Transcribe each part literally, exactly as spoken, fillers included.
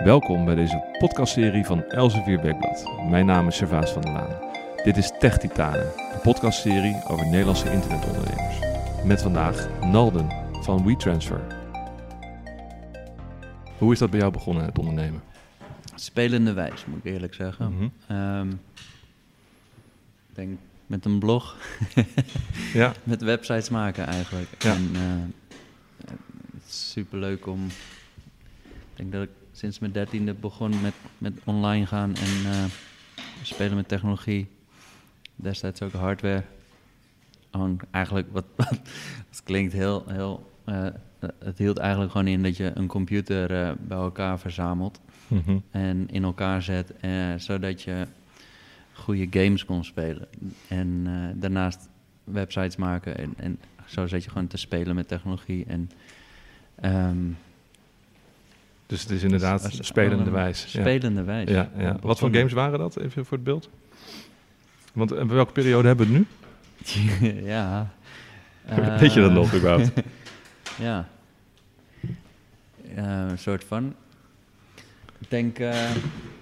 Welkom bij deze podcastserie van Elsevier Weekblad. Mijn naam is Servaas van der Laan. Dit is Tech Titanen, een podcastserie over Nederlandse internetondernemers. Met vandaag Nalden van WeTransfer. Hoe is dat bij jou begonnen, het ondernemen? Spelende wijs, moet ik eerlijk zeggen. Mm-hmm. Um, ik denk met een blog, ja. met websites maken eigenlijk. Ja. En, uh, het is superleuk om... Ik denk dat ik sinds mijn dertiende begon met, met online gaan en uh, spelen met technologie. Destijds ook hardware. Gewoon eigenlijk, wat, wat het klinkt heel... heel uh, het hield eigenlijk gewoon in dat je een computer uh, bij elkaar verzamelt. Mm-hmm. En in elkaar zet, uh, zodat je goede games kon spelen. En uh, daarnaast websites maken. En, en zo zet je gewoon te spelen met technologie. En, um, dus het is inderdaad als, als spelende wijs. Spelende ja. wijs. Ja, ja. Wat voor games waren dat, even voor het beeld? Want uh, welke periode hebben we het nu? ja. Uh, Weet je dat nog überhaupt? ja. Uh, een soort van... Ik denk... Uh,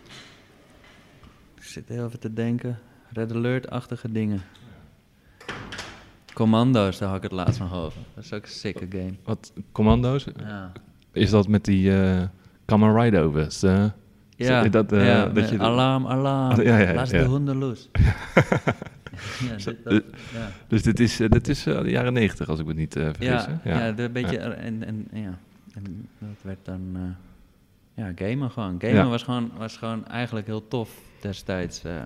ik zit heel even te denken. Red Alert-achtige dingen. Commando's, daar had ik het laatst nog over. Dat is ook een sicke game. Wat, Commando's? Ja. Is dat met die uh, Kamen Rider-overs? Uh, ja, dat, uh, ja dat je alarm, alarm. Ah, ja, ja, Laat ja. de honden los. ja, dit, dat, ja. Dus dit is, uh, dit is uh, de jaren negentig, als ik me niet uh, vergis. Ja, ja. ja, een beetje... Ja. En, en, ja. en dat werd dan... Uh, ja, gamen gewoon. Gamen ja. was, gewoon, was gewoon eigenlijk heel tof destijds. Uh.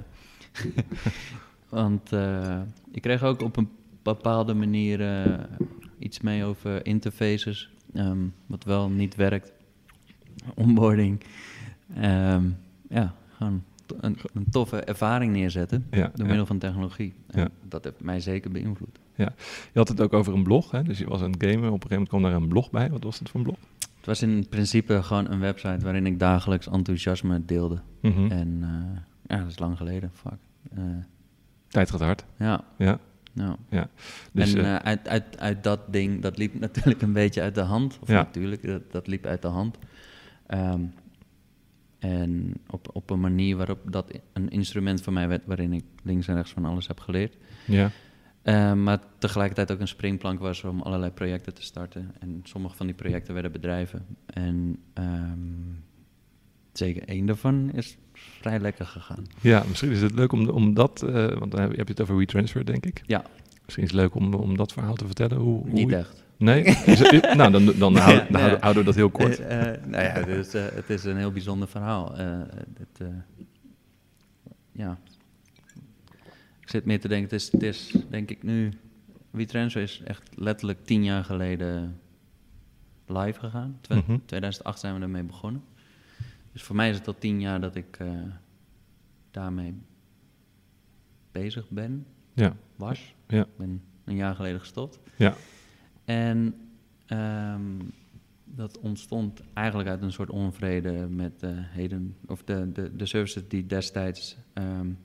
Want uh, ik kreeg ook op een bepaalde manier uh, iets mee over interfaces, um, wat wel niet werkt. Onboarding. Um, ja, gewoon een, een toffe ervaring neerzetten ja, door ja. middel van technologie. En ja. dat heeft mij zeker beïnvloed. Ja. Je had het ook over een blog, hè? Dus je was aan het gamen. Op een gegeven moment kwam daar een blog bij. Wat was het voor een blog? Het was in principe gewoon een website waarin ik dagelijks enthousiasme deelde. Mm-hmm. En uh, ja, dat is lang geleden. Fuck. Uh, Tijd gaat hard. Ja. Ja. ja. ja. Dus, en uh, uh, uit, uit, uit dat ding, dat liep natuurlijk een beetje uit de hand. Of ja. natuurlijk, dat, dat liep uit de hand. Um, en op, op een manier waarop dat een instrument voor mij werd, waarin ik links en rechts van alles heb geleerd. Ja. Uh, maar tegelijkertijd ook een springplank was om allerlei projecten te starten. En sommige van die projecten werden bedrijven. En um, zeker één daarvan is vrij lekker gegaan. Ja, misschien is het leuk om, om dat... Uh, want dan heb je het over WeTransfer, denk ik. Ja. Misschien is het leuk om, om dat verhaal te vertellen. Hoe, hoe Niet je... echt. Nee? Is het, nou, dan, dan, houden, dan ja, houden we dat heel kort. Uh, uh, nou ja, het is, uh, het is een heel bijzonder verhaal. Uh, het, uh, ja... Ik zit meer te denken, het is, het is denk ik nu... WeTransfer is echt letterlijk tien jaar geleden live gegaan. Twe- mm-hmm. tweeduizend acht zijn we ermee begonnen. Dus voor mij is het al tien jaar dat ik uh, daarmee bezig ben. Ja. Was. Ja. Ik ben een jaar geleden gestopt. Ja. En um, dat ontstond eigenlijk uit een soort onvrede met uh, heden... Of de, de, de services die destijds... Um,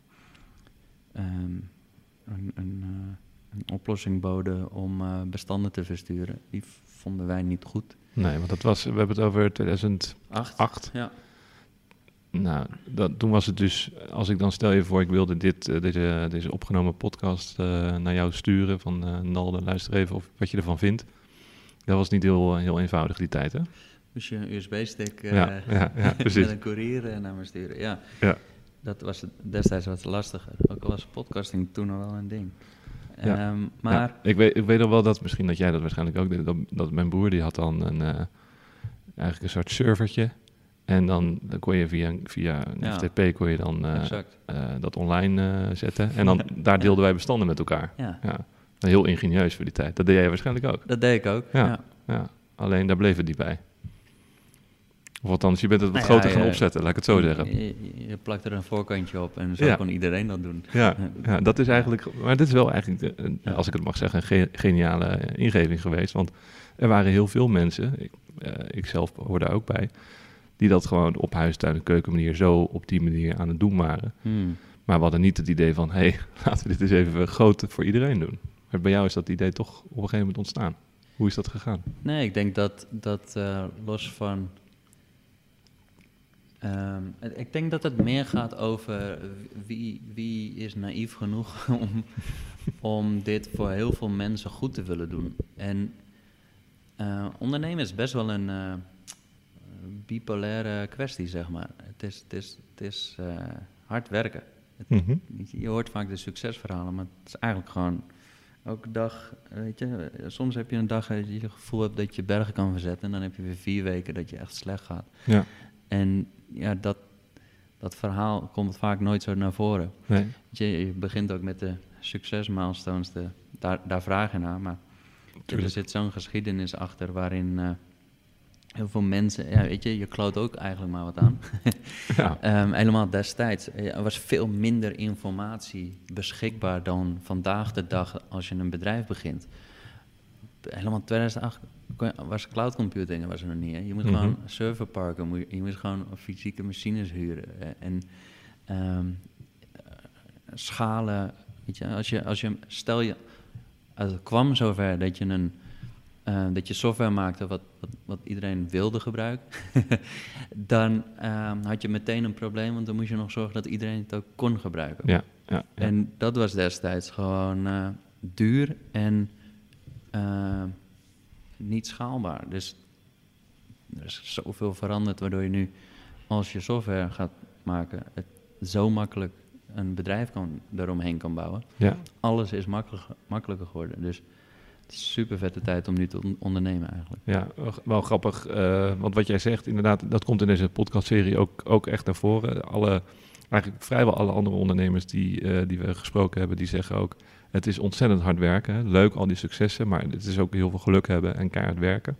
Um, een, een, uh, een oplossing boden om uh, bestanden te versturen. Die vonden wij niet goed. Nee, want dat was, we hebben het over tweeduizend acht. Ja. Nou, dat, toen was het dus, als ik dan stel je voor, ik wilde dit, uh, deze, deze opgenomen podcast uh, naar jou sturen, van uh, Nalden, luister even of wat je ervan vindt. Dat was niet heel, heel eenvoudig die tijd, hè? Dus je een U S B-stick uh, ja, ja, ja, met een courier uh, naar me sturen, ja. Ja. Dat was het destijds wat lastiger. Ook al was podcasting toen al wel een ding. Ja. Um, maar... Ja, ik, weet, ik weet nog wel dat, misschien dat jij dat waarschijnlijk ook deed, dat, dat mijn broer die had dan een, uh, eigenlijk een soort servertje. En dan, dan kon je via, via een ja. F T P kon je dan uh, uh, dat online uh, zetten. En dan daar deelden wij bestanden met elkaar. Ja. Ja. Heel ingenieus voor die tijd. Dat deed jij waarschijnlijk ook. Dat deed ik ook, ja. ja. ja. Alleen daar bleef het niet bij. Of althans, je bent het wat nou groter ja, gaan ja, opzetten, laat ik het zo zeggen. Je, je plakt er een voorkantje op en zo ja. kon iedereen dat doen. Ja, ja, dat is eigenlijk... Maar dit is wel eigenlijk, een, ja. als ik het mag zeggen, een ge- geniale ingeving geweest. Want er waren heel veel mensen, ik, uh, ik zelf hoor daar ook bij, die dat gewoon op huistuin- en keukenmanier zo op die manier aan het doen waren. Hmm. Maar we hadden niet het idee van, hé, hey, laten we dit eens even groot voor iedereen doen. Maar bij jou is dat idee toch op een gegeven moment ontstaan. Hoe is dat gegaan? Nee, ik denk dat, dat uh, los van Um, ik denk dat het meer gaat over wie, wie is naïef genoeg om, om dit voor heel veel mensen goed te willen doen. En uh, ondernemen is best wel een uh, bipolaire kwestie, zeg maar. Het is, het is, het is uh, hard werken. Het, Mm-hmm. je hoort vaak de succesverhalen, maar het is eigenlijk gewoon elke dag, weet je, soms heb je een dag dat je het gevoel hebt dat je bergen kan verzetten en dan heb je weer vier weken dat je echt slecht gaat. Ja. En ja, dat, dat verhaal komt vaak nooit zo naar voren. Nee. Weet je, je begint ook met de succesmilestones, de, daar, daar vraag je naar, maar er zit zo'n geschiedenis achter waarin uh, heel veel mensen, ja, weet je, je kloot ook eigenlijk maar wat aan. Ja. um, helemaal destijds. Er was veel minder informatie beschikbaar dan vandaag de dag als je een bedrijf begint. Helemaal tweeduizend acht was cloud computing was er nog niet. Hè? Je moet mm-hmm. gewoon serverparken, moet je, je moet gewoon fysieke machines huren. En um, schalen, weet je, als je, als je, stel je, als het kwam zover dat je een Uh, dat je software maakte wat, wat, wat iedereen wilde gebruiken, dan uh, had je meteen een probleem, want dan moest je nog zorgen dat iedereen het ook kon gebruiken. Ja, ja, ja. En dat was destijds gewoon uh, duur en uh, niet schaalbaar. Dus er is zoveel veranderd, waardoor je nu, als je software gaat maken, het zo makkelijk een bedrijf kan, eromheen kan bouwen. Ja. Alles is makkelijk, makkelijker geworden. Dus het is een super vette tijd om nu te on- ondernemen eigenlijk. Ja, wel grappig. Uh, want wat jij zegt, inderdaad, dat komt in deze podcastserie ook, ook echt naar voren. Alle, eigenlijk vrijwel alle andere ondernemers die, uh, die we gesproken hebben, die zeggen ook, het is ontzettend hard werken. Hè? Leuk, al die successen, maar het is ook heel veel geluk hebben en keihard werken.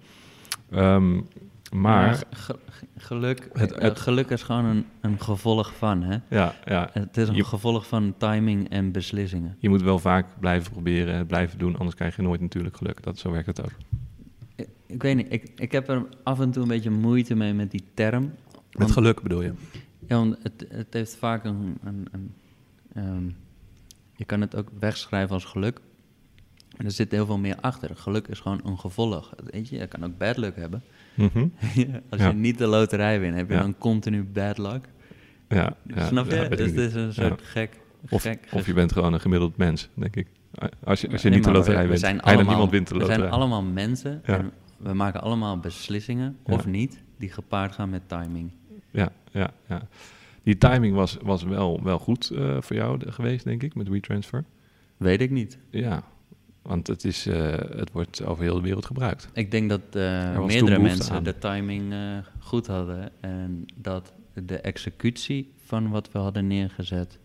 Um, maar... Ja, ge- geluk, het, het, geluk is gewoon een, een gevolg van, hè? Ja, ja. Het is een je, gevolg van timing en beslissingen. Je moet wel vaak blijven proberen, het blijven doen, anders krijg je nooit natuurlijk geluk. Dat, zo werkt het ook. Ik, ik weet niet, ik, ik heb er af en toe een beetje moeite mee met die term. Met want, geluk bedoel je? Ja, want het, het heeft vaak een... een, een um, je kan het ook wegschrijven als geluk. En er zit heel veel meer achter. Geluk is gewoon een gevolg. Weet je, je kan ook bad luck hebben. Mm-hmm. Als ja. je niet de loterij wint, heb je ja. dan continu bad luck. Ja, ja, snap je? Ja, dus het is een soort ja. gek, of, gek... Of je bent gewoon een gemiddeld mens, denk ik. Als je, als je nee, niet de loterij we, wint. We zijn Bijna allemaal, niemand wint de loterij. We zijn allemaal mensen ja. en we maken allemaal beslissingen, ja. of niet, die gepaard gaan met timing. Ja, ja, ja. Die timing was, was wel, wel goed uh, voor jou de, geweest, denk ik, met WeTransfer. Weet ik niet. Ja, want het, is, uh, het wordt over heel de wereld gebruikt. Ik denk dat uh, meerdere mensen aan. de timing uh, goed hadden en dat de executie van wat we hadden neergezet,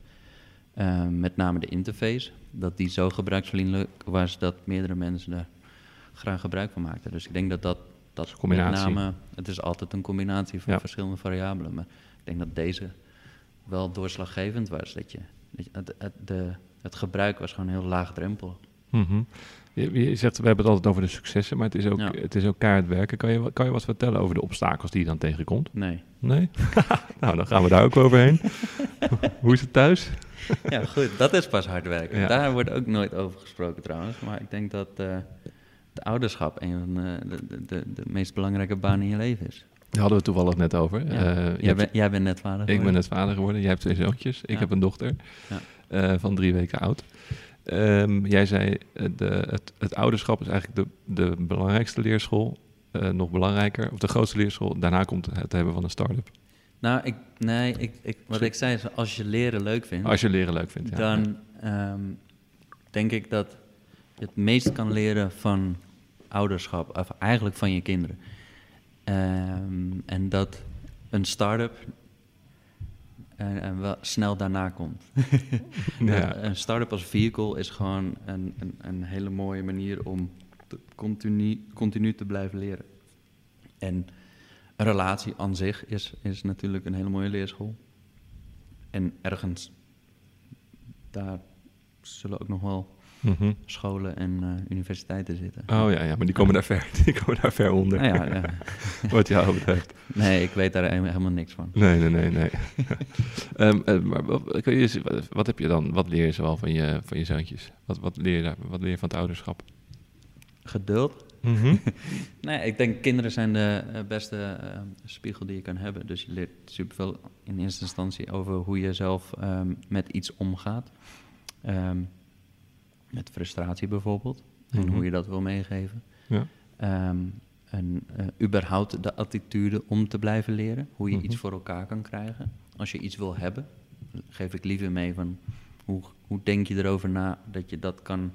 uh, met name de interface, dat die zo gebruiksvriendelijk was dat meerdere mensen er graag gebruik van maakten. Dus ik denk dat dat, dat combinatie. met name, het is altijd een combinatie van ja. verschillende variabelen, maar ik denk dat deze wel doorslaggevend was. Dat je, dat je, het, het, de, het gebruik was gewoon heel laagdrempelig. Mm-hmm. Je, je zegt, we hebben het altijd over de successen, maar het is ook, ja. het is ook keihard werken. Kan je, kan je wat vertellen over de obstakels die je dan tegenkomt? Nee. Nee? Nou, dan gaan we daar ook overheen. Hoe is het thuis? Ja, goed. Dat is pas hard werken. Ja. Daar wordt ook nooit over gesproken trouwens. Maar ik denk dat uh, het ouderschap een van de, de, de, de meest belangrijke banen in je leven is. Daar hadden we het toevallig net over. Ja. Uh, jij, hebt, ben, jij bent net vader geworden. Ik ben net vader geworden. Jij hebt twee zoontjes. Ik ja. heb een dochter ja. uh, van drie weken oud. Um, jij zei, de, het, het ouderschap is eigenlijk de, de belangrijkste leerschool. Uh, nog belangrijker, of de grootste leerschool. Daarna komt het hebben van een start-up. Nou, ik, nee, ik, ik, wat ik zei is, als je leren leuk vindt... Als je leren leuk vindt, ja. Dan um, denk ik dat je het meest kan leren van ouderschap. Of eigenlijk van je kinderen. Um, en dat een start-up... En, en wel snel daarna komt. ja. Een start-up als vehicle is gewoon een, een, een hele mooie manier om te continu, continu te blijven leren. En een relatie aan zich is, is natuurlijk een hele mooie leerschool. En ergens, daar zullen ook nog wel mm-hmm. scholen en uh, universiteiten zitten. Oh ja, ja, maar die komen daar ver, die komen daar ver onder. Nou ja, ja. Wat jou betreft. Nee, ik weet daar helemaal niks van. Nee, nee, nee, nee. um, uh, maar wat, je, wat heb je dan, wat leer je zoal van je, van je zoontjes? Wat, wat, leer je daar, wat leer je van het ouderschap? Geduld. Mm-hmm. Nee, ik denk kinderen zijn de uh, beste uh, spiegel die je kan hebben. Dus je leert superveel in eerste instantie over hoe je zelf um, met iets omgaat. Um, met frustratie bijvoorbeeld. Mm-hmm. En hoe je dat wil meegeven. Ja. Um, en uh, überhaupt de attitude om te blijven leren. Hoe je mm-hmm. iets voor elkaar kan krijgen. Als je iets wil hebben, geef ik liever mee van... Hoe, hoe denk je erover na dat je dat kan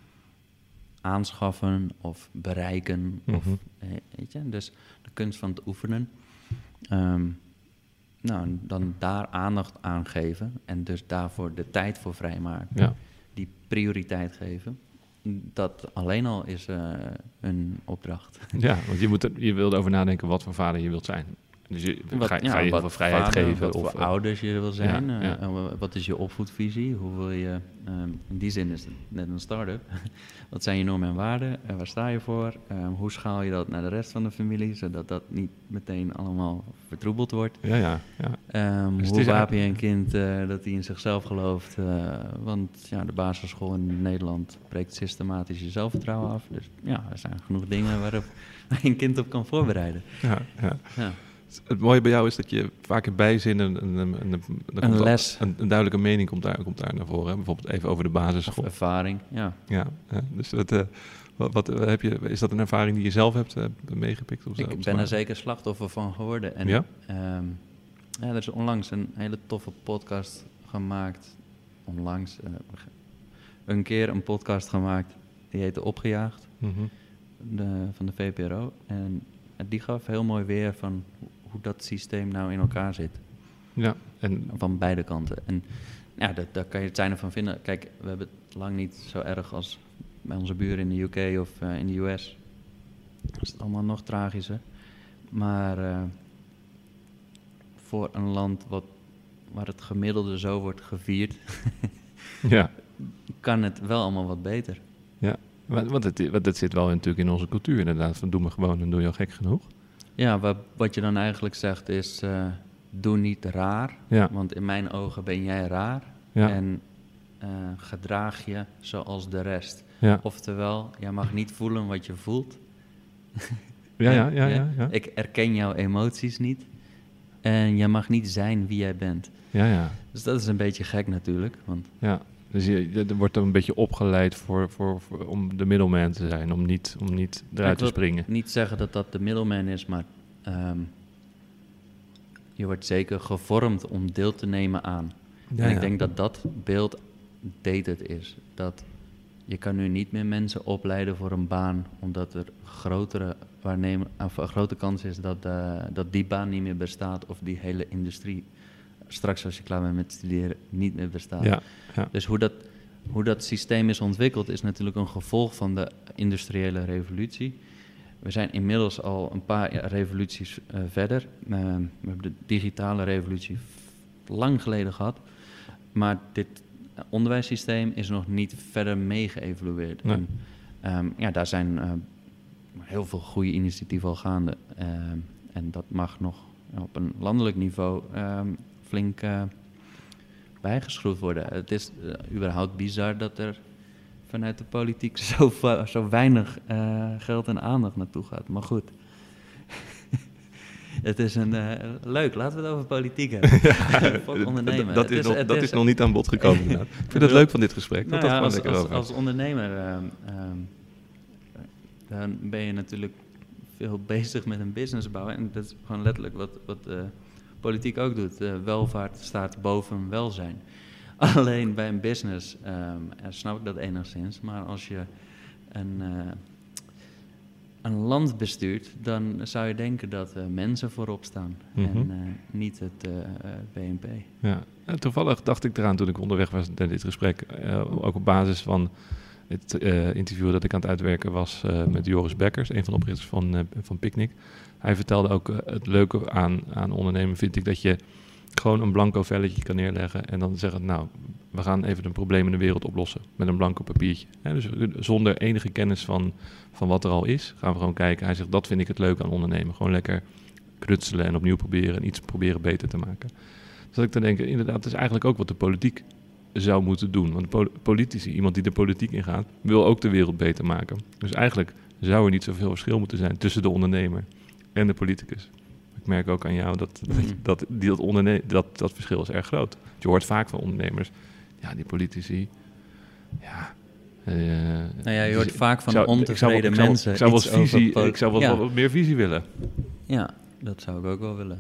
aanschaffen of bereiken? Mm-hmm. Of, weet je, dus de kunst van het oefenen. Um, nou, dan daar aandacht aan geven en dus daarvoor de tijd voor vrijmaken. Ja. Die prioriteit geven. Dat alleen al is uh, een opdracht. Ja, want je, moet er, je wil erover nadenken wat voor vader je wilt zijn. Dus je, wat, ga, ja, ga je wat veel vrijheid vader, geven? Wat of voor uh, ouders je wil zijn? Ja, ja. Uh, wat is je opvoedvisie? Hoe wil je... Um, in die zin is het net een start-up. Wat zijn je normen en waarden? Uh, waar sta je voor? Um, hoe schaal je dat naar de rest van de familie? Zodat dat niet meteen allemaal vertroebeld wordt. Ja, ja, ja. Um, dus hoe wapen je een kind uh, dat hij in zichzelf gelooft? Uh, want ja, de basisschool in Nederland breekt systematisch je zelfvertrouwen af. Dus ja, er zijn genoeg dingen waarop je een kind op kan voorbereiden. Ja, ja. ja. Het mooie bij jou is dat je vaak in bijzinnen een, een, een, een, een les, een, een duidelijke mening komt daar, komt daar naar voren. Hè? Bijvoorbeeld even over de basisschool. Of ervaring, ja. Ja, ja dus dat, uh, wat, wat heb je, is dat een ervaring die je zelf hebt uh, meegepikt? Of zo, ik ben er zeker slachtoffer van geworden. En, ja? Um, ja, er is onlangs een hele toffe podcast gemaakt. Onlangs, uh, een keer een podcast gemaakt, die heette Opgejaagd, mm-hmm. de, van de V P R O. En die gaf heel mooi weer van hoe dat systeem nou in elkaar zit. Ja. En van beide kanten. En ja, dat, daar kan je het zijn van vinden. Kijk, we hebben het lang niet zo erg als bij onze buren in de U K of uh, in de U S. Dat is het allemaal nog tragischer. Maar uh, voor een land wat, waar het gemiddelde zo wordt gevierd, ja. kan het wel allemaal wat beter. Ja, want het, want het zit wel natuurlijk in onze cultuur inderdaad. Van doe me gewoon en doe je al gek genoeg. Ja, wat, wat je dan eigenlijk zegt is, uh, doe niet raar. Ja. Want in mijn ogen ben jij raar. Ja. En uh, gedraag je zoals de rest. Ja. Oftewel, jij mag niet voelen wat je voelt. ja, ja, ja, ja, ja. Ik erken jouw emoties niet. En jij mag niet zijn wie jij bent. Ja, ja. Dus dat is een beetje gek natuurlijk. Want ja. Dus je, je wordt er een beetje opgeleid voor, voor, voor, om de middleman te zijn, om niet, om niet eruit te springen. Ik wil niet zeggen dat dat de middleman is, maar um, je wordt zeker gevormd om deel te nemen aan. Ja, en ik ja. denk dat dat beeld dated is. Dat je kan nu niet meer mensen opleiden voor een baan, omdat er grotere, waarnemen, of een grote kans is dat, uh, dat die baan niet meer bestaat of die hele industrie straks als je klaar bent met studeren niet meer bestaat. Ja, ja. Dus hoe dat, hoe dat systeem is ontwikkeld is natuurlijk een gevolg van de industriële revolutie. We zijn inmiddels al een paar revoluties uh, verder. Uh, we hebben de digitale revolutie lang geleden gehad. Maar dit onderwijssysteem is nog niet verder mee geëvolueerd. Nee. En, um, ja, daar zijn uh, heel veel goede initiatieven al gaande. Uh, en dat mag nog op een landelijk niveau um, flink uh, bijgeschroefd worden. Het is uh, überhaupt bizar dat er vanuit de politiek zo, zo weinig uh, geld en aandacht naartoe gaat. Maar goed, het is een uh, leuk. Laten we het over politiek hebben. Ja, voor ondernemen. Dat, is, is, nog, dat is, is nog niet aan bod gekomen. Ik vind het leuk van dit gesprek. Nou dat ja, dat als, lekker als, over. als ondernemer uh, um, dan ben je natuurlijk veel bezig met een business bouwen. En dat is gewoon letterlijk wat, wat uh, politiek ook doet. Uh, welvaart staat boven welzijn. Alleen bij een business um, snap ik dat enigszins. Maar als je een, uh, een land bestuurt, dan zou je denken dat uh, mensen voorop staan. Mm-hmm. En uh, niet het uh, B N P. Ja. En toevallig dacht ik eraan toen ik onderweg was naar dit gesprek. Uh, ook op basis van het uh, interview dat ik aan het uitwerken was uh, met Joris Bekkers, een van de oprichters van, uh, van Picnic. Hij vertelde ook uh, het leuke aan, aan ondernemen vind ik dat je gewoon een blanco velletje kan neerleggen en dan zeggen, nou, we gaan even een probleem in de wereld oplossen met een blanco papiertje. He, dus zonder enige kennis van, van wat er al is, gaan we gewoon kijken. Hij zegt, dat vind ik het leuke aan ondernemen. Gewoon lekker knutselen en opnieuw proberen en iets proberen beter te maken. Dus dat ik dan denk, inderdaad, dat is eigenlijk ook wat de politiek zou moeten doen. Want de politici, iemand die de politiek ingaat, wil ook de wereld beter maken. Dus eigenlijk zou er niet zoveel verschil moeten zijn tussen de ondernemer en de politicus. Ik merk ook aan jou dat dat, dat, die, dat, onderne- dat, dat verschil is erg groot. Je hoort vaak van ondernemers, ja, die politici, ja... Uh, nou ja, je hoort vaak van zou, ontevreden ik zou, mensen. Ik zou, ik zou, visie, over, ik zou wel, ja. wat meer visie willen. Ja, dat zou ik ook wel willen.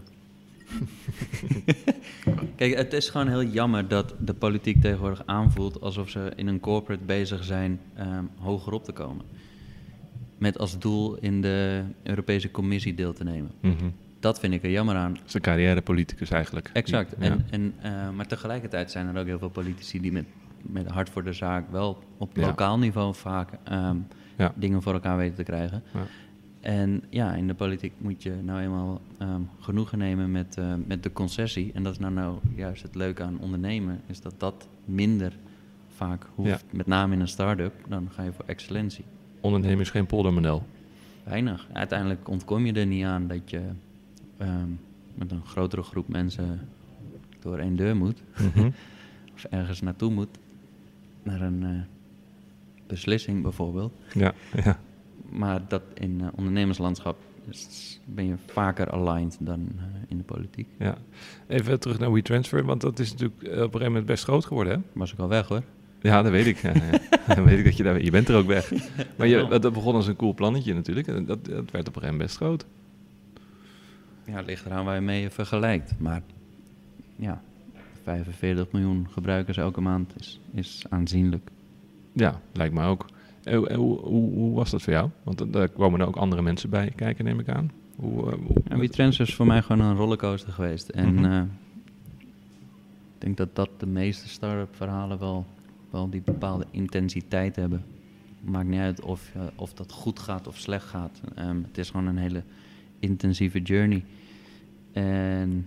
Kijk, het is gewoon heel jammer dat de politiek tegenwoordig aanvoelt alsof ze in een corporate bezig zijn um, hoger op te komen. Met als doel in de Europese Commissie deel te nemen. Mm-hmm. Dat vind ik er jammer aan. Dat is een carrièrepoliticus eigenlijk. Exact. Ja. En, en, uh, maar tegelijkertijd zijn er ook heel veel politici die met, met hart voor de zaak wel op ja. lokaal niveau vaak um, ja. dingen voor elkaar weten te krijgen. Ja. En ja, in de politiek moet je nou eenmaal um, genoegen nemen met, uh, met de concessie. En dat is nou, nou juist het leuke aan ondernemen, is dat dat minder vaak hoeft. Ja. Met name in een start-up, dan ga je voor excellentie. Ondernemen is geen poldermodel. Weinig. Uiteindelijk ontkom je er niet aan dat je um, met een grotere groep mensen door één deur moet. Mm-hmm. Of ergens naartoe moet. Naar een uh, beslissing bijvoorbeeld. Ja, ja. Maar dat in uh, ondernemerslandschap is, ben je vaker aligned dan uh, in de politiek. Ja. Even terug naar WeTransfer, want dat is natuurlijk op een gegeven moment best groot geworden, hè? Was ik al weg, hoor. Ja, dat weet ik. Ja, ja. Dan weet ik dat je daar... Je bent er ook weg. Maar je, dat begon als een cool plannetje natuurlijk. En dat, dat werd op een gegeven moment best groot. Ja, het ligt eraan waar je mee je vergelijkt. Maar ja, vijfenveertig miljoen gebruikers elke maand is, is aanzienlijk. Ja, lijkt me ook. En hoe, hoe, hoe was dat voor jou? Want daar komen er ook andere mensen bij kijken, neem ik aan. Hoe, uh, hoe, ja, WeTransfer is voor mij gewoon een rollercoaster geweest. En mm-hmm. uh, ik denk dat dat de meeste start-up verhalen wel, wel die bepaalde intensiteit hebben. Maakt niet uit of, uh, of dat goed gaat of slecht gaat. Um, het is gewoon een hele intensieve journey. En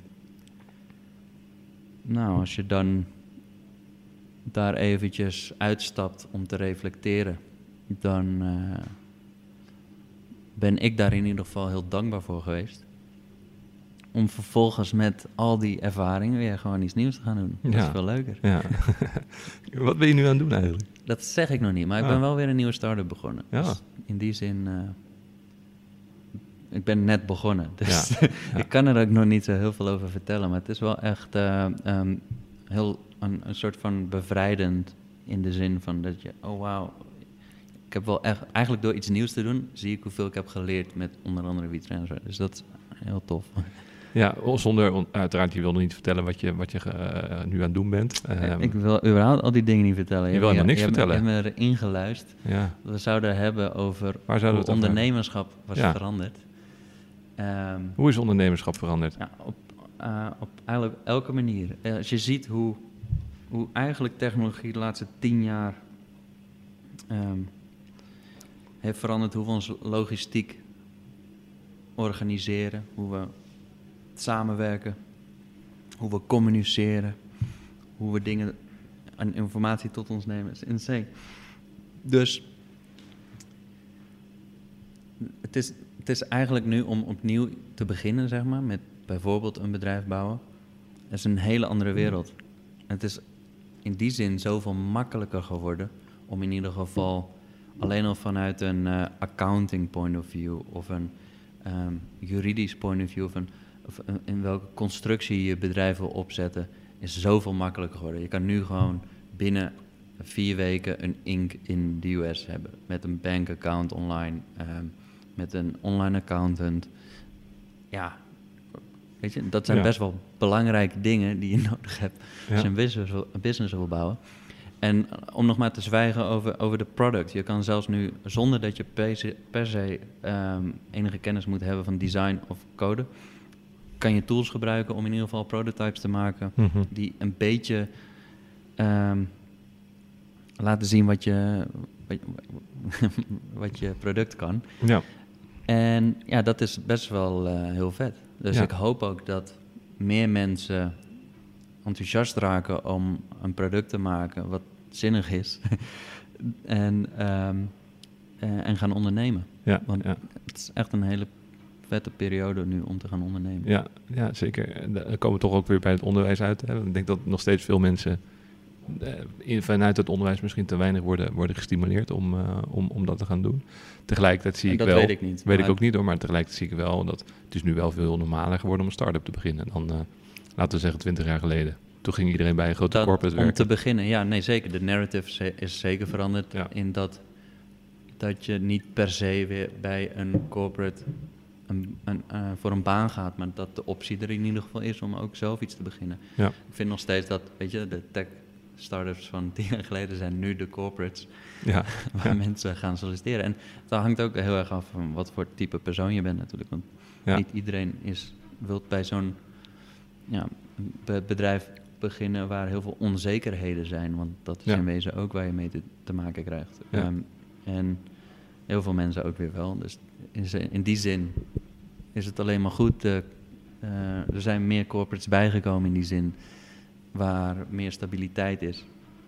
nou, als je dan daar eventjes uitstapt om te reflecteren, dan uh, ben ik daar in ieder geval heel dankbaar voor geweest. Om vervolgens met al die ervaringen weer gewoon iets nieuws te gaan doen. Dat ja. is veel leuker. Ja. Wat ben je nu aan het doen eigenlijk? Dat zeg ik nog niet, maar ik ah. ben wel weer een nieuwe start-up begonnen. Ja. Dus in die zin, uh, ik ben net begonnen. Dus ja. Ja. ik kan er ook nog niet zo heel veel over vertellen. Maar het is wel echt uh, um, heel een, een soort van bevrijdend in de zin van dat je, oh wauw, ik heb wel echt, eigenlijk door iets nieuws te doen, zie ik hoeveel ik heb geleerd met onder andere WeTransfer. Dus dat is heel tof. Ja, zonder, uiteraard, je wilde niet vertellen wat je, wat je uh, nu aan het doen bent. Um, ik wil überhaupt al die dingen niet vertellen. Je, je wil helemaal niks je vertellen. Je hebt me erin geluisterd. Ja. We zouden hebben over hoe ondernemerschap was ja. veranderd. Um, hoe is ondernemerschap veranderd? Ja, op, uh, op eigenlijk elke manier. Uh, als je ziet hoe, hoe eigenlijk technologie de laatste tien jaar um, heeft veranderd, hoe we onze logistiek organiseren, hoe we samenwerken, hoe we communiceren, hoe we dingen en informatie tot ons nemen, is insane. Dus het is, het is eigenlijk nu om opnieuw te beginnen, zeg maar, met bijvoorbeeld een bedrijf bouwen. Het is een hele andere wereld. Het is in die zin zoveel makkelijker geworden om in ieder geval alleen al vanuit een uh, accounting point of view of een um, juridisch point of view of een of in welke constructie je bedrijf wil opzetten, is zoveel makkelijker geworden. Je kan nu gewoon binnen vier weken een Inc in de U S hebben. Met een bankaccount online, um, met een online accountant. Ja, weet je, dat zijn ja. best wel belangrijke dingen die je nodig hebt ja. als je een business, een business wil bouwen. En om nog maar te zwijgen over, over de product. Je kan zelfs nu, zonder dat je per se, per se um, enige kennis moet hebben van design of code, kan je tools gebruiken om in ieder geval prototypes te maken mm-hmm. die een beetje um, laten zien wat je, wat, wat je product kan. Ja. En ja, dat is best wel uh, heel vet. Dus ja. ik hoop ook dat meer mensen enthousiast raken om een product te maken wat zinnig is en, um, uh, en gaan ondernemen. Ja, Want ja. het is echt een hele vette periode nu om te gaan ondernemen. Ja, ja zeker. En dan komen we toch ook weer bij het onderwijs uit. Hè? Ik denk dat nog steeds veel mensen uh, in, vanuit het onderwijs misschien te weinig worden, worden gestimuleerd om, uh, om, om dat te gaan doen. Tegelijkertijd zie en ik dat wel... weet ik niet. Weet ik ook niet hoor, maar tegelijkertijd zie ik wel dat het is nu wel veel normaler geworden om een start-up te beginnen dan, uh, laten we zeggen, twintig jaar geleden. Toen ging iedereen bij een grote dat, corporate om werken. Om te beginnen, ja, nee zeker. De narrative is zeker veranderd ja. in dat, dat je niet per se weer bij een corporate een, een, uh, voor een baan gaat, maar dat de optie er in ieder geval is om ook zelf iets te beginnen. Ja. Ik vind nog steeds dat, weet je, de tech startups van tien jaar geleden zijn nu de corporates ja. waar ja. mensen gaan solliciteren. En dat hangt ook heel erg af van wat voor type persoon je bent natuurlijk. Want ja. niet iedereen is, wilt bij zo'n ja, be- bedrijf beginnen waar heel veel onzekerheden zijn. Want dat is ja. in wezen ook waar je mee te, te maken krijgt. Ja. Um, en heel veel mensen ook weer wel. Dus in, in die zin is het alleen maar goed. Uh, uh, er zijn meer corporates bijgekomen in die zin waar meer stabiliteit is.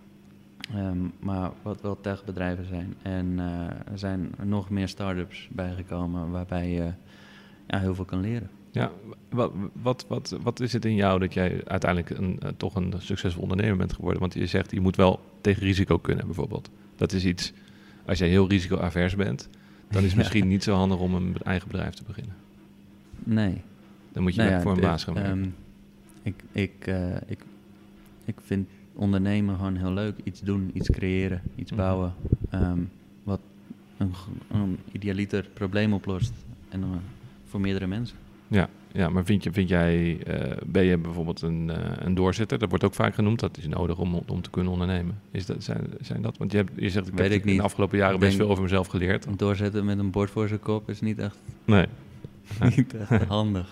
Um, maar wat wel techbedrijven zijn. En uh, er zijn nog meer start-ups bijgekomen waarbij je ja, heel veel kan leren. Ja, wat, wat, wat, wat is het in jou dat jij uiteindelijk een, uh, toch een succesvol ondernemer bent geworden? Want je zegt, je moet wel tegen risico kunnen bijvoorbeeld. Dat is iets, als jij heel risico-avers bent, dan is het ja. misschien niet zo handig om een eigen bedrijf te beginnen. Nee. Dan moet je nou ja, voor een baas gaan werken. Um, ik, ik, uh, ik, ik vind ondernemen gewoon heel leuk. Iets doen, iets creëren, iets mm-hmm. bouwen. Um, wat een, een idealiter probleem oplost. En uh, voor meerdere mensen. Ja, ja, maar vind, je, vind jij, uh, ben je bijvoorbeeld een, uh, een doorzetter? Dat wordt ook vaak genoemd, dat is nodig om, om te kunnen ondernemen. Is dat, zijn, zijn dat? Want je, hebt, je zegt, ik Weet heb ik in niet. de afgelopen jaren ik best veel over mezelf geleerd. Een doorzetter met een bord voor zijn kop is niet echt, nee. niet echt handig.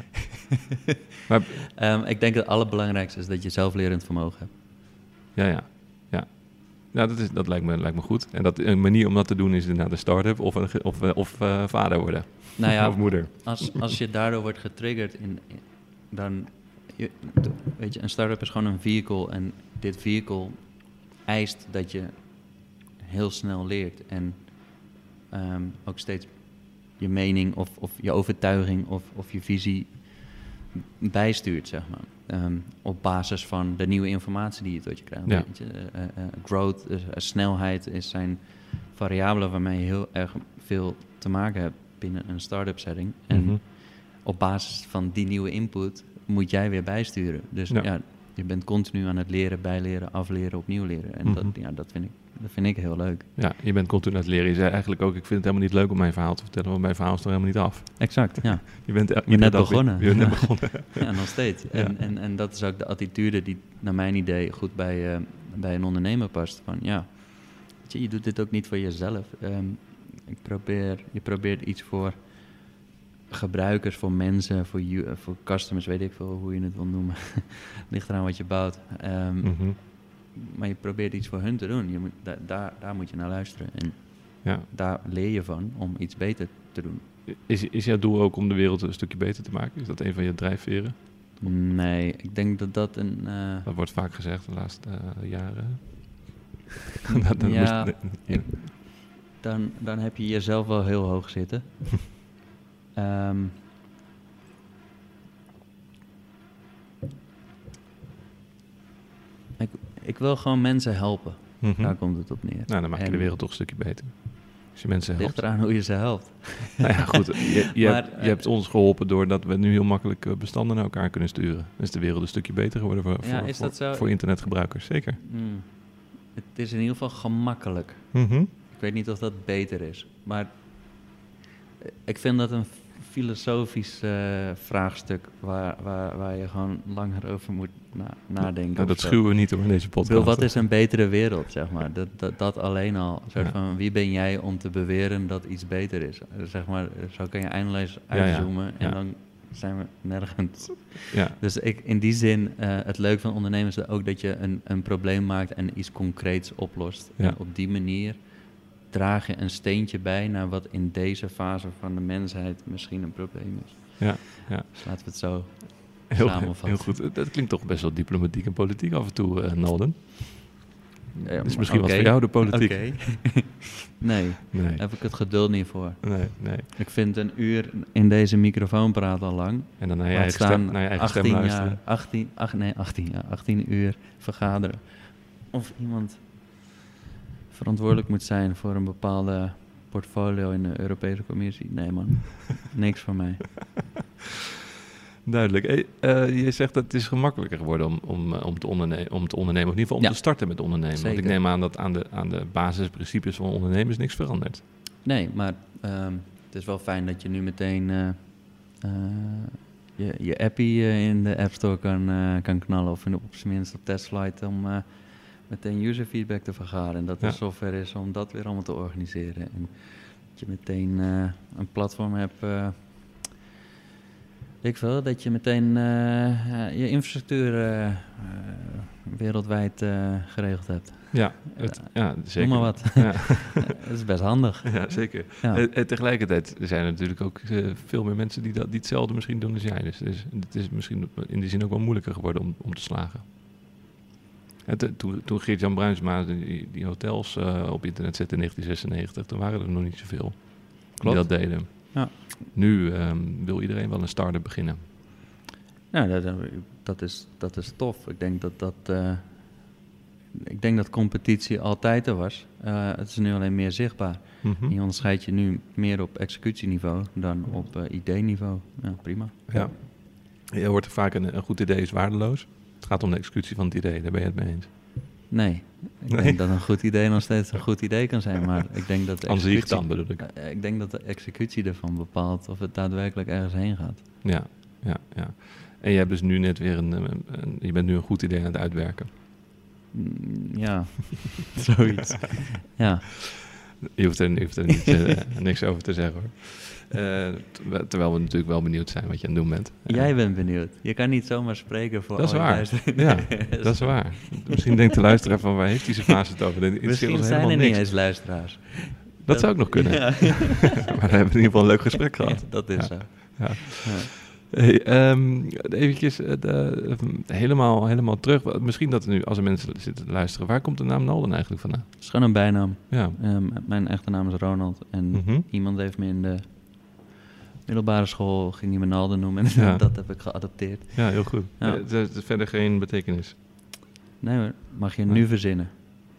Nee. maar, um, ik denk dat het allerbelangrijkste is dat je zelflerend vermogen hebt. Ja, ja. ja. Nou, dat, is, dat lijkt, me, lijkt me goed. En dat, een manier om dat te doen is inderdaad een start-up of, een, of, of uh, vader worden. Nou ja, of moeder. Als, als je daardoor wordt getriggerd, in, in, dan... Je, weet je, een start-up is gewoon een vehicle. En dit vehicle eist dat je heel snel leert. En um, ook steeds je mening of, of je overtuiging of, of je visie bijstuurt, zeg maar. Um, op basis van de nieuwe informatie die je tot je krijgt. Ja. Weet je, uh, uh, growth, uh, snelheid is zijn variabelen waarmee je heel erg veel te maken hebt binnen een start-up setting. En mm-hmm. op basis van die nieuwe input moet jij weer bijsturen. Dus ja, ja je bent continu aan het leren, bijleren, afleren, opnieuw leren. En mm-hmm. dat, ja, dat, vind ik, dat vind ik heel leuk. Ja, je bent continu aan het leren. Je zei eigenlijk ook, ik vind het helemaal niet leuk om mijn verhaal te vertellen, want mijn verhaal is toch helemaal niet af. Exact, ja. je bent, je net begonnen. Je bent net begonnen. Ja, nog steeds. Ja. En, en, en dat is ook de attitude die naar mijn idee goed bij, uh, bij een ondernemer past. Van ja, weet je, je doet dit ook niet voor jezelf. Um, ik probeer, je probeert iets voor gebruikers, voor mensen, voor, you, voor customers, weet ik veel hoe je het wil noemen. Ligt eraan wat je bouwt. Um, mm-hmm. Maar je probeert iets voor hun te doen. Je moet, da, daar, daar moet je naar luisteren. En ja. daar leer je van om iets beter te doen. Is, is jouw doel ook om de wereld een stukje beter te maken? Is dat een van je drijfveren? Nee, ik denk dat dat een... Uh, dat wordt vaak gezegd de laatste uh, jaren. dat, dan ja, moest, nee, ik, dan, dan heb je jezelf wel heel hoog zitten. um, ik, ik wil gewoon mensen helpen. Mm-hmm. Daar komt het op neer. Nou, dan maak je en, de wereld toch een stukje beter. Als je mensen helpt. Ligt eraan hoe je ze helpt. Nou ja, goed. Je, je, maar, hebt, je uh, hebt ons geholpen doordat we nu heel makkelijk bestanden naar elkaar kunnen sturen. Dan is de wereld een stukje beter geworden voor, ja, voor, is voor, dat zo? voor internetgebruikers. Zeker. Mm. Het is in ieder geval gemakkelijk. Mm-hmm. Ik weet niet of dat beter is. Maar ik vind dat een filosofisch uh, vraagstuk waar, waar, waar je gewoon langer over moet na, nadenken. Nou, dat schuwen we niet hoor in deze podcast. Bedoel, wat is een betere wereld, zeg maar? Dat, dat, dat alleen al. Soort ja. van, wie ben jij om te beweren dat iets beter is? Zeg maar, zo kan je eindeloos uitzoomen ja, ja. en ja. dan zijn we nergens. Ja. Dus ik, in die zin, uh, het leuke van ondernemers is ook dat je een, een probleem maakt en iets concreets oplost. Ja. En op die manier draag je een steentje bij naar wat in deze fase van de mensheid misschien een probleem is. Ja, ja. Dus laten we het zo heel, samenvatten. Heel goed. Dat klinkt toch best wel diplomatiek en politiek af en toe, uh, Nalden. Ja, dat is misschien okay. wat voor jou de politiek. Okay. nee, nee, daar heb ik het geduld niet voor. Nee, nee. Ik vind een uur in deze microfoon praten al lang. En dan naar je eigen stem, naar je eigen achttien stem luisteren. Jaar, achttien, ach, nee, achttien, ja, achttien uur vergaderen. of iemand verantwoordelijk moet zijn voor een bepaalde portfolio in de Europese Commissie. Nee man, niks voor mij. Duidelijk. Hey, uh, je zegt dat het is gemakkelijker geworden om, om, om, te, onderne- om te ondernemen. Of in ieder geval om Ja. te starten met ondernemen. Zeker. Want ik neem aan dat aan de, aan de basisprincipes van ondernemen is niks veranderd. Nee, maar um, het is wel fijn dat je nu meteen uh, uh, je, je appie uh, in de App Store kan, uh, kan knallen. Of in, op zijn minst op testflight om uh, meteen user feedback te vergaren. En dat er Ja. software is om dat weer allemaal te organiseren. En dat je meteen uh, een platform hebt... Uh, Ik wil dat je meteen uh, uh, je infrastructuur uh, uh, wereldwijd uh, geregeld hebt. Ja, het, ja zeker. Noem maar wat. Ja. Dat is best handig. Ja, zeker. Ja. En, en tegelijkertijd zijn er natuurlijk ook uh, veel meer mensen die, dat, die hetzelfde misschien doen als jij. Dus het is, het is misschien in die zin ook wel moeilijker geworden om, om te slagen. Het, toen, toen Geert-Jan Bruinsma die, die hotels uh, op internet zette in negentien zesennegentig, toen waren er nog niet zoveel die dat deden. Ja. Nu um, wil iedereen wel een start-up beginnen. Nou, dat, dat, is, dat is tof. Ik denk dat dat... Uh, ik denk dat competitie altijd er was. Uh, het is nu alleen meer zichtbaar. Mm-hmm. Je onderscheidt je nu meer op executieniveau dan op uh, idee-niveau. Ja, prima. Ja. Je hoort er vaak een, een goed idee is waardeloos. Het gaat om de executie van het idee, daar ben je het mee eens. Nee, ik Nee. denk dat een goed idee nog steeds een goed idee kan zijn, maar ik denk dat de Aan zich executie, dan bedoel ik. uh, ik denk dat de executie ervan bepaalt of het daadwerkelijk ergens heen gaat. Ja, ja, ja. En je hebt dus nu net weer een, een, een je bent nu een goed idee aan het uitwerken. Mm, ja, zoiets. Ja. Je hoeft er, je hoeft er niet, uh, niks over te zeggen hoor. Uh, terwijl we natuurlijk wel benieuwd zijn wat je aan het doen bent. Jij bent benieuwd. Je kan niet zomaar spreken voor Dat is al je waar. luisteraars. Ja, dat is waar. Misschien denkt de luisteraar van waar heeft hij zijn fase het over? Dat Misschien zijn er niet eens luisteraars. Dat, dat zou ook nog kunnen. Ja. Maar we hebben in ieder geval een leuk gesprek gehad. Ja, dat is ja. zo. Ja. Ja. Hey, um, eventjes uh, de, uh, helemaal, helemaal terug. Misschien dat er nu, als er mensen zitten te luisteren, waar komt de naam Nalden eigenlijk vandaan? Het is gewoon een bijnaam. Ja. Um, mijn echte naam is Ronald. En Mm-hmm. iemand heeft me in de middelbare school, ging hij me Nalden noemen. En Ja. dat heb ik geadopteerd. Ja, heel goed. Ja. Uh, er is verder geen betekenis. Nee hoor, mag je Nee. nu verzinnen.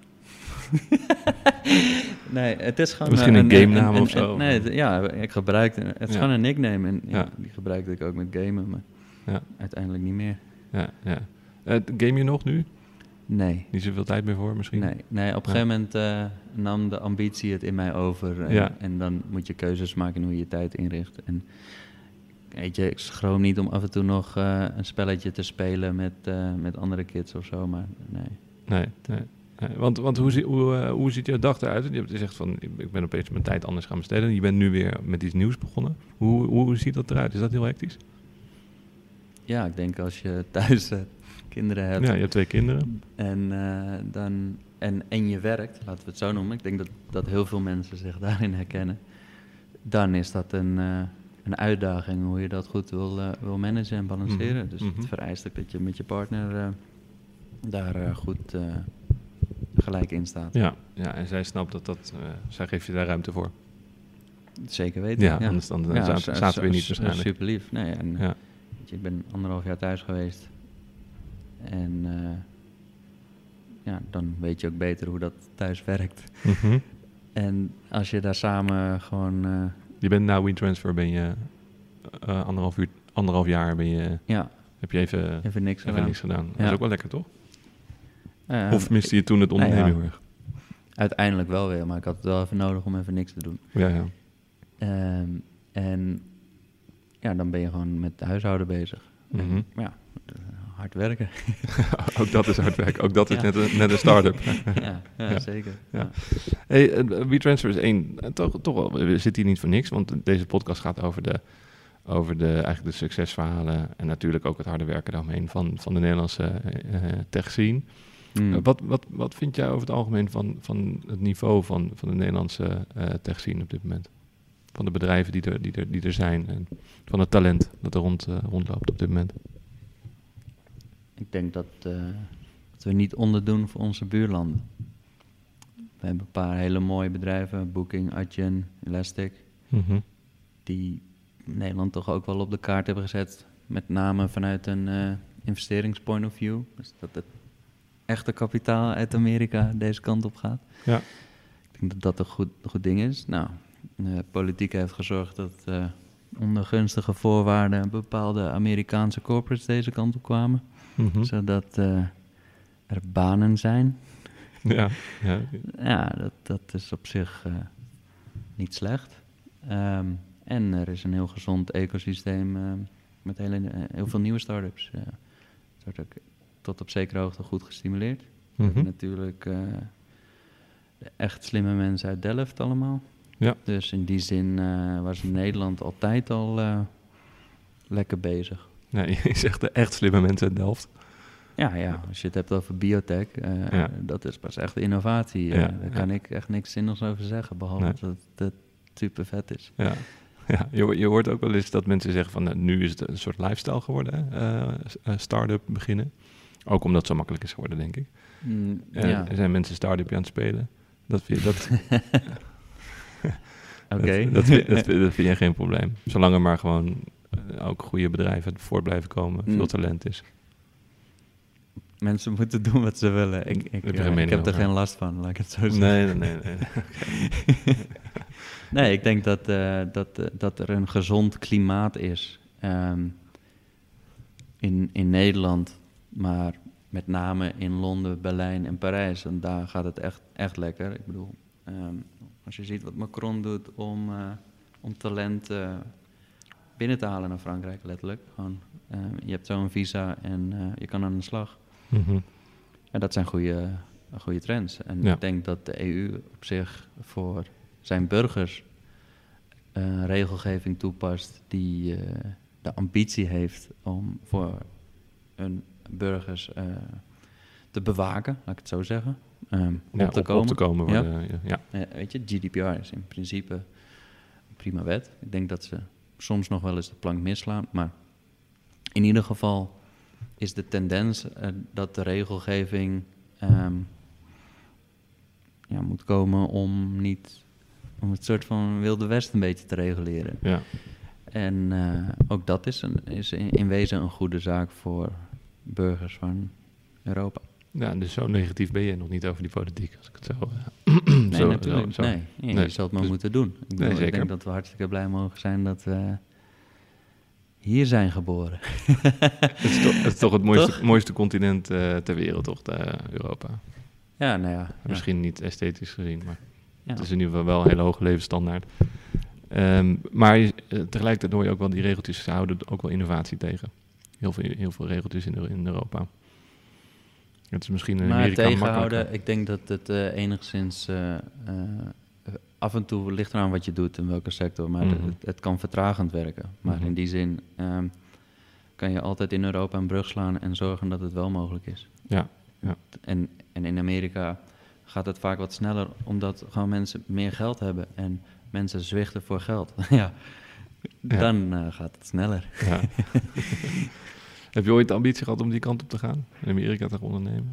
Nee, het is gewoon... Misschien een game naam of zo. Een, nee, het, ja, ik gebruikte... Het is Ja. gewoon een nickname. En ja, Ja. die gebruikte ik ook met gamen, maar Ja. uiteindelijk niet meer. Ja, ja. Uh, game je nog nu? Nee. Niet zoveel tijd meer voor misschien? Nee, nee, op een Ja. gegeven moment uh, nam de ambitie het in mij over. En, Ja. en dan moet je keuzes maken in hoe je je tijd inricht. En weet je, ik schroom niet om af en toe nog uh, een spelletje te spelen met, uh, met andere kids of zo, maar nee. Nee, nee. nee. Want, want hoe, zie, hoe, uh, hoe ziet jouw dag eruit? Je hebt gezegd van, ik ben opeens mijn tijd anders gaan besteden. Je bent nu weer met iets nieuws begonnen. Hoe, hoe ziet dat eruit? Is dat heel hectisch? Ja, ik denk als je thuis uh, kinderen hebt. Ja, je hebt twee kinderen. En, uh, dan, en, en je werkt, laten we het zo noemen. Ik denk dat, dat heel veel mensen zich daarin herkennen. Dan is dat een, uh, een uitdaging hoe je dat goed wil, uh, wil managen en balanceren. Mm-hmm. Dus Mm-hmm. het vereist ook dat je met je partner uh, daar uh, goed uh, gelijk in staat. Ja, ja, en zij snapt dat dat... Uh, zij geeft je daar ruimte voor. Zeker weten. Ja, anders dan ja, zaten, zaten, zaten we niet waarschijnlijk. Super lief. Nee, en, ja. weet je, ik ben anderhalf jaar thuis geweest. En uh, ja, dan weet je ook beter hoe dat thuis werkt. Mm-hmm. En als je daar samen gewoon... Uh, je bent na WeTransfer ben je uh, anderhalf, uur, anderhalf jaar ben je... Ja. Heb je even, even niks even gedaan. niks gedaan. Dat ja. is ook wel lekker, toch? Uh, of miste je toen het ondernemen nou ja, heel erg? Uiteindelijk wel weer, maar ik had het wel even nodig om even niks te doen. Ja, ja. Um, en ja, dan ben je gewoon met het huishouden bezig. Mm-hmm. En, ja, hard werken. Ook dat is hard werken. Ook dat ja. is net een, net een start-up. ja, ja, ja, zeker. Ja. Ja. Hey, uh, WeTransfer is één. Uh, toch, toch wel, we zitten hier niet voor niks, want deze podcast gaat over de, over de, eigenlijk de succesverhalen en natuurlijk ook het harde werken daaromheen van, van de Nederlandse uh, tech scene. Mm. Uh, wat, wat, wat vind jij over het algemeen van, van het niveau van, van de Nederlandse uh, tech scene op dit moment? Van de bedrijven die er, die er, die er zijn en van het talent dat er rond, uh, rondloopt op dit moment? Ik denk dat, uh, dat we niet onderdoen voor onze buurlanden. We hebben een paar hele mooie bedrijven, Booking, Adyen, Elastic, Mm-hmm. die Nederland toch ook wel op de kaart hebben gezet. Met name vanuit een uh, investeringspoint of view. Dus dat het echte kapitaal uit Amerika deze kant op gaat. Ja. Ik denk dat dat een goed, goed ding is. Nou, de politiek heeft gezorgd dat uh, onder gunstige voorwaarden bepaalde Amerikaanse corporates deze kant op kwamen. Mm-hmm. Zodat uh, er banen zijn. Ja, ja. Ja, dat, dat is op zich uh, niet slecht. Um, en er is een heel gezond ecosysteem uh, met hele, uh, heel veel nieuwe start-ups. Uh, dat wordt ook tot op zekere hoogte goed gestimuleerd. We Mm-hmm. hebben natuurlijk uh, de echt slimme mensen uit Delft allemaal. Ja. Dus in die zin uh, was Nederland altijd al uh, lekker bezig. Nee, je zegt de echt slimme mensen uit Delft. Ja, ja, als je het hebt over biotech, uh, Ja. dat is pas echt innovatie. Uh, Ja, daar kan ja. ik echt niks zinnigs over zeggen, behalve Nee. dat het super vet is. Ja, ja. Je, je hoort ook wel eens dat mensen zeggen van... Uh, nu is het een soort lifestyle geworden, hè? Uh, uh, start-up beginnen. Ook omdat het zo makkelijk is geworden, denk ik. Mm, Uh, ja. Er zijn mensen start-up aan het spelen. Dat vind je... Dat, Oké. Okay. Dat, dat, vind, dat, dat vind je geen probleem. Zolang er maar gewoon uh, ook goede bedrijven voort blijven komen, Mm. veel talent is. Mensen moeten doen wat ze willen. Ik, ik, Heb je uh, geen ik heb er over? geen last van, laat ik het zo zeggen. Nee, nee, nee. nee. Okay. Nee, ik denk dat, uh, dat, uh, dat er een gezond klimaat is um, in, in Nederland, maar met name in Londen, Berlijn en Parijs. En daar gaat het echt, echt lekker. Ik bedoel, um, als je ziet wat Macron doet om, uh, om talent uh, binnen te halen naar Frankrijk, letterlijk. Gewoon, uh, je hebt zo een visa en uh, je kan aan de slag. Mm-hmm. En dat zijn goede, goede trends. En Ja. ik denk dat de E U op zich voor zijn burgers uh, regelgeving toepast die uh, de ambitie heeft om voor hun burgers uh, te bewaken, laat ik het zo zeggen. Um, Ja, op te op, komen. op te komen. Voor Ja. de, ja. Ja. Ja, weet je, G D P R is in principe een prima wet. Ik denk dat ze soms nog wel eens de plank misslaan, maar in ieder geval is de tendens uh, dat de regelgeving um, ja, moet komen om niet om het soort van Wilde West een beetje te reguleren. Ja. En uh, ook dat is, een, is in, in wezen een goede zaak voor burgers van Europa. Ja, dus zo negatief ben je nog niet over die politiek, als ik het zo... Nee, zo, natuurlijk. Zo, zo. Nee, nee, Nee, je zal het maar dus- moeten doen. Ik, bedoel, Nee, ik zeker. denk dat we hartstikke blij mogen zijn dat we hier zijn geboren. Het is toch het, is toch het mooiste, Toch? mooiste continent uh, ter wereld, toch, de, Europa. Ja, nou ja. ja. Misschien niet esthetisch gezien, maar Ja. het is in ieder geval wel een hele hoge levensstandaard. Um, maar je, uh, tegelijkertijd hoor je ook wel die regeltjes, ze houden ook wel innovatie tegen. Heel veel, heel veel regeltjes in, in Europa. Het is misschien in Maar Amerika tegenhouden, makkelijker. ik denk dat het uh, enigszins... Uh, uh, af en toe ligt eraan wat je doet in welke sector, maar Mhm. het, het kan vertragend werken. Maar Mhm. in die zin um, kan je altijd in Europa een brug slaan en zorgen dat het wel mogelijk is. Ja, ja. En, en in Amerika gaat het vaak wat sneller, omdat gewoon mensen meer geld hebben en mensen zwichten voor geld. ja, Ja. dan uh, gaat het sneller. Ja. Heb je ooit de ambitie gehad om die kant op te gaan? In Amerika te gaan ondernemen?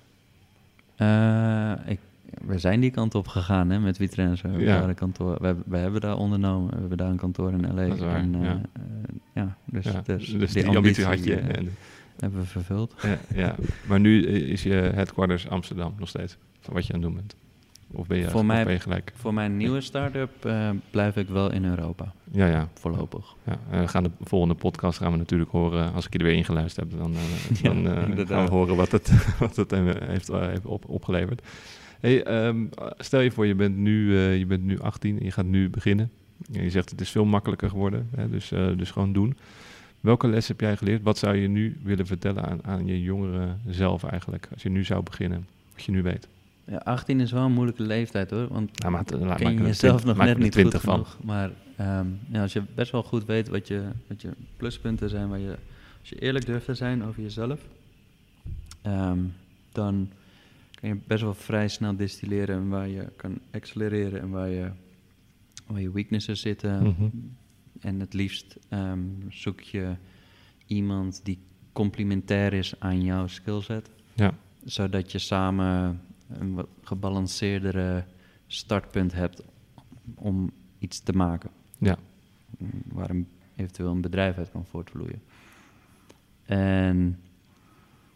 Uh, ik, we zijn die kant op gegaan hè, met Vitrenzo. We, Ja. hebben kantoor, we, we hebben daar ondernomen. We hebben daar een kantoor in L A. Dat is waar, en, uh, ja. uh, ja, dus, Ja, dus, dus die, ambitie had je. uh, En, hebben we vervuld. ja, ja. Maar nu is je headquarters Amsterdam nog steeds, van wat je aan het doen bent. Of ben je, Voor of mij- ben je gelijk? Voor mijn nieuwe start-up uh, blijf ik wel in Europa, Ja, ja. voorlopig. Ja, en we gaan de volgende podcast gaan we natuurlijk horen, als ik je er weer ingeluisterd heb, dan, uh, Ja, dan uh, gaan inderdaad. we horen wat het, wat het uh, heeft, uh, heeft op, opgeleverd. Hey, um, stel je voor, je bent, nu, uh, je bent nu achttien en je gaat nu beginnen. Ja, je zegt het is veel makkelijker geworden, hè, dus, uh, dus gewoon doen. Welke les heb jij geleerd? Wat zou je nu willen vertellen aan, aan je jongere zelf eigenlijk, als je nu zou beginnen, wat je nu weet? Ja, achttien is wel een moeilijke leeftijd hoor, want Nou, maak, laat, ken je maak er jezelf twintig- nog maak net er niet goed twintig van. genoeg. Maar um, ja, als je best wel goed weet wat je, wat je pluspunten zijn, waar je, als je eerlijk durft te zijn over jezelf, um, dan kan je best wel vrij snel distilleren waar je kan accelereren en waar je, waar je weaknesses zitten. Mhm. En het liefst um, zoek je iemand die complementair is aan jouw skillset, Ja, zodat je samen een wat gebalanceerdere startpunt hebt om iets te maken. ja. Waar een, eventueel een bedrijf uit kan voortvloeien. En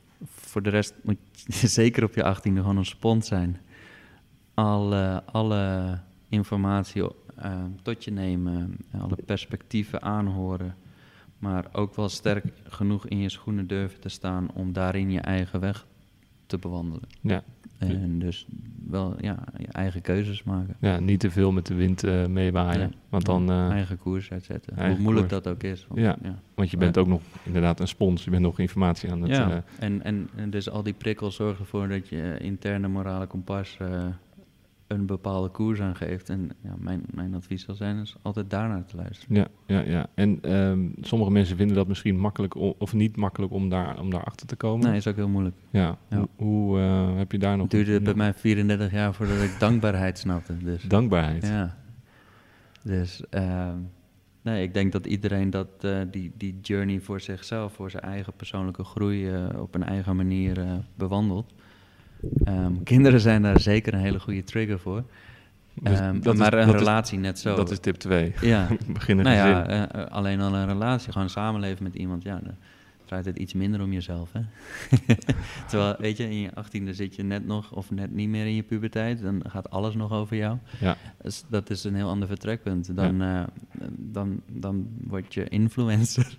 voor de rest moet je zeker op je achttiende gewoon een spons zijn. Alle, alle informatie uh, tot je nemen, alle perspectieven aanhoren, maar ook wel sterk genoeg in je schoenen durven te staan om daarin je eigen weg te bewandelen. Ja. En dus wel ja, je eigen keuzes maken. Ja, niet te veel met de wind uh, meewaaien. Ja. Want dan, uh, eigen koers uitzetten. Eigen Hoe moeilijk koers. dat ook is. Want, ja. ja. want je bent ook nog inderdaad een spons. Je bent nog informatie aan het... Ja, Uh, en, en, en dus al die prikkels zorgen ervoor dat je interne morale kompas uh, een bepaalde koers aangeeft. En ja, mijn, mijn advies zal zijn is altijd daarnaar te luisteren. Ja, ja, ja. En um, sommige mensen vinden dat misschien makkelijk om, of niet makkelijk om daar om daarachter te komen. Nee, is ook heel moeilijk. Ja, ja. hoe, hoe uh, heb je daar nog... Het duurde nog... bij mij vierendertig jaar voordat ik dankbaarheid snapte. Dus. Dankbaarheid? Ja. Dus uh, nee, ik denk dat iedereen dat, uh, die, die journey voor zichzelf, voor zijn eigen persoonlijke groei uh, op een eigen manier uh, bewandelt. Um, kinderen zijn daar zeker een hele goede trigger voor. Dus um, dat maar is, een dat relatie is, net zo. Dat is tip twee. Ja. Beginnen nou gezin. ja, uh, alleen al een relatie, gewoon samenleven met iemand. Ja, dan draait het iets minder om jezelf. Hè? Terwijl, weet je, in je achttiende zit je net nog of net niet meer in je puberteit. Dan gaat alles nog over jou. Ja. Dus dat is een heel ander vertrekpunt. Dan, ja. uh, dan, dan word je influencer.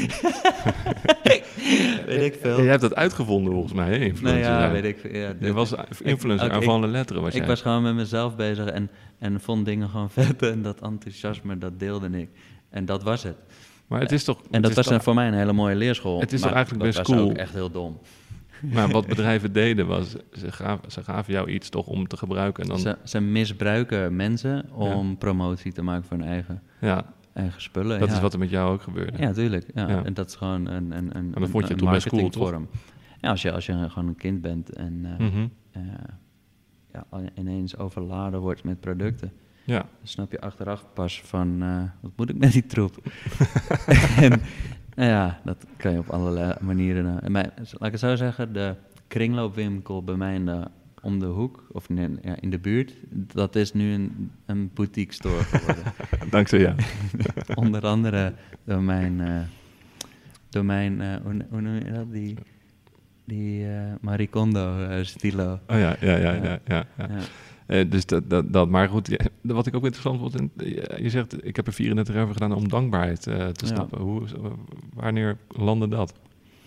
Weet ik veel. Jij hebt dat uitgevonden volgens mij, hè? Influencer. Nou ja, weet ik veel. Ja, je was influencer aan van de letteren. Was ik jij. was gewoon met mezelf bezig en, en vond dingen gewoon vet. En dat enthousiasme, dat deelde ik. En dat was het. Maar het is toch... En dat was toch, voor mij een hele mooie leerschool. Het is maar toch eigenlijk best dat cool. Dat was ook echt heel dom. Maar wat bedrijven deden was, ze gaven, ze gaven jou iets toch om te gebruiken. En dan... ze, ze misbruiken mensen om ja. promotie te maken voor hun eigen, ja. eigen spullen. Dat ja. is wat er met jou ook gebeurde. Ja, tuurlijk. Ja. Ja. En dat is gewoon een, een, een, en dat vond je een toen best cool, toch? Ja, als je, als je gewoon een kind bent en uh, mm-hmm. uh, ja, ineens overladen wordt met producten. Ja. Dan snap je achteraf pas van, uh, wat moet ik met die troep? en nou ja, dat kan je op allerlei manieren. Uh, maar, laat ik het zo zeggen, de kringloopwinkel bij mij in de, om de hoek, of in, ja, in de buurt, dat is nu een, een boutique store geworden. Dankzij jou. Onder andere door mijn, uh, door mijn uh, hoe, hoe noem je dat, die, die uh, Marie Kondo uh, stilo. Oh ja, ja, ja, ja. ja, ja. ja. Uh, dus dat, dat, dat, maar goed, ja, wat ik ook interessant vond, je zegt, ik heb er vierendertig jaar over gedaan om dankbaarheid uh, te snappen. Ja. Hoe, wanneer landde dat?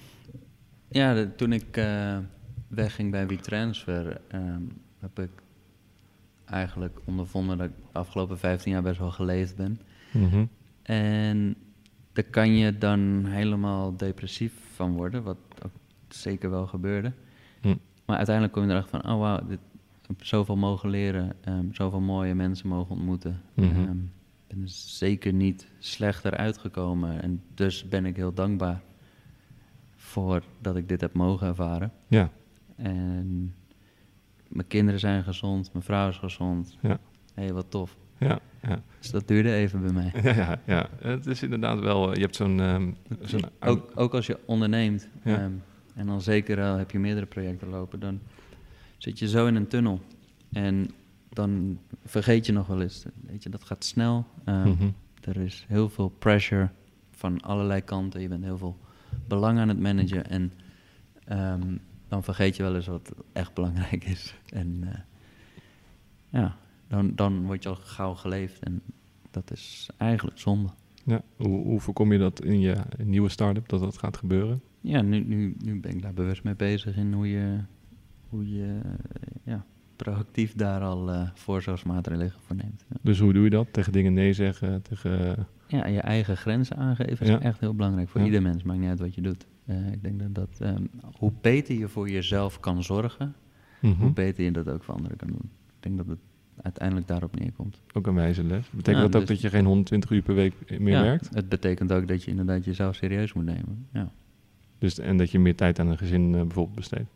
Ja, de, toen ik uh, wegging bij WeTransfer, um, heb ik eigenlijk ondervonden dat ik de afgelopen vijftien jaar best wel geleefd ben. Mm-hmm. En daar kan je dan helemaal depressief van worden, wat ook zeker wel gebeurde. Mm. Maar uiteindelijk kom je erachter van, oh wauw, dit heb zoveel mogen leren, um, zoveel mooie mensen mogen ontmoeten. Mm-hmm. Um, ik ben er zeker niet slechter uitgekomen en dus ben ik heel dankbaar voor dat ik dit heb mogen ervaren. Ja. En mijn kinderen zijn gezond, mijn vrouw is gezond. Ja. Hé, hey, wat tof. Ja, ja. Dus dat duurde even bij mij. Ja, ja, ja. Het is inderdaad wel, je hebt zo'n... Um, zo'n ook, ook als je onderneemt, ja. um, en dan zeker al heb je meerdere projecten lopen, dan zit je zo in een tunnel. En dan vergeet je nog wel eens. Weet je, dat gaat snel. Um, mm-hmm. Er is heel veel pressure van allerlei kanten. Je bent heel veel belang aan het managen. En um, dan vergeet je wel eens wat echt belangrijk is. En uh, ja, dan, dan word je al gauw geleefd. En dat is eigenlijk zonde. Ja, hoe, hoe voorkom je dat in je nieuwe start-up, dat dat gaat gebeuren? Ja, nu, nu, nu ben ik daar bewust mee bezig in hoe je, hoe je uh, ja, proactief daar al uh, voorzorgsmaatregelen voor neemt. Ja. Dus hoe doe je dat? Tegen dingen nee zeggen? Tegen... Ja, je eigen grenzen aangeven is ja. echt heel belangrijk voor ja. ieder mens. Maakt niet uit wat je doet. Uh, ik denk dat, dat um, hoe beter je voor jezelf kan zorgen, mm-hmm. hoe beter je dat ook voor anderen kan doen. Ik denk dat het uiteindelijk daarop neerkomt. Ook een wijze les. Betekent ja, dat ook dus, dat je geen honderdtwintig uur per week meer ja, werkt? Het betekent ook dat je inderdaad jezelf serieus moet nemen. Ja. Dus, en dat je meer tijd aan een gezin uh, bijvoorbeeld besteedt?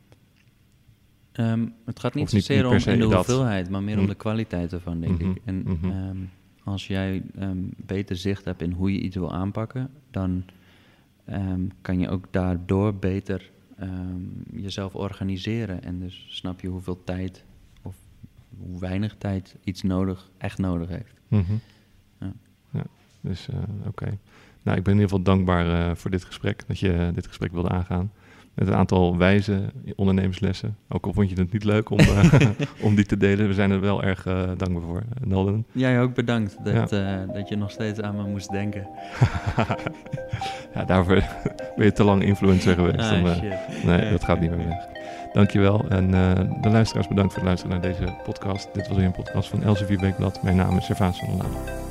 Um, het gaat niet zozeer om in de hoeveelheid, maar meer mm. om de kwaliteit ervan, denk mm-hmm. ik. En mm-hmm. um, als jij um, beter zicht hebt in hoe je iets wil aanpakken, dan um, kan je ook daardoor beter um, jezelf organiseren. En dus snap je hoeveel tijd of hoe weinig tijd iets nodig, echt nodig heeft. Mm-hmm. Ja. ja, dus uh, oké. Okay. Nou, ik ben in ieder geval dankbaar uh, voor dit gesprek, dat je uh, dit gesprek wilde aangaan. met een aantal wijze ondernemerslessen. Ook al vond je het niet leuk om, uh, om die te delen. We zijn er wel erg uh, dankbaar voor, Nalden. Jij ook bedankt dat, ja. uh, dat je nog steeds aan me moest denken. Ja, daarvoor ben je te lang influencer geweest. Ah, dan, uh, shit. Nee, dat gaat niet meer weg. Dankjewel. En uh, de luisteraars bedankt voor het luisteren naar deze podcast. Dit was weer een podcast van Elsevier Weekblad. Mijn naam is Servaas van der Laan.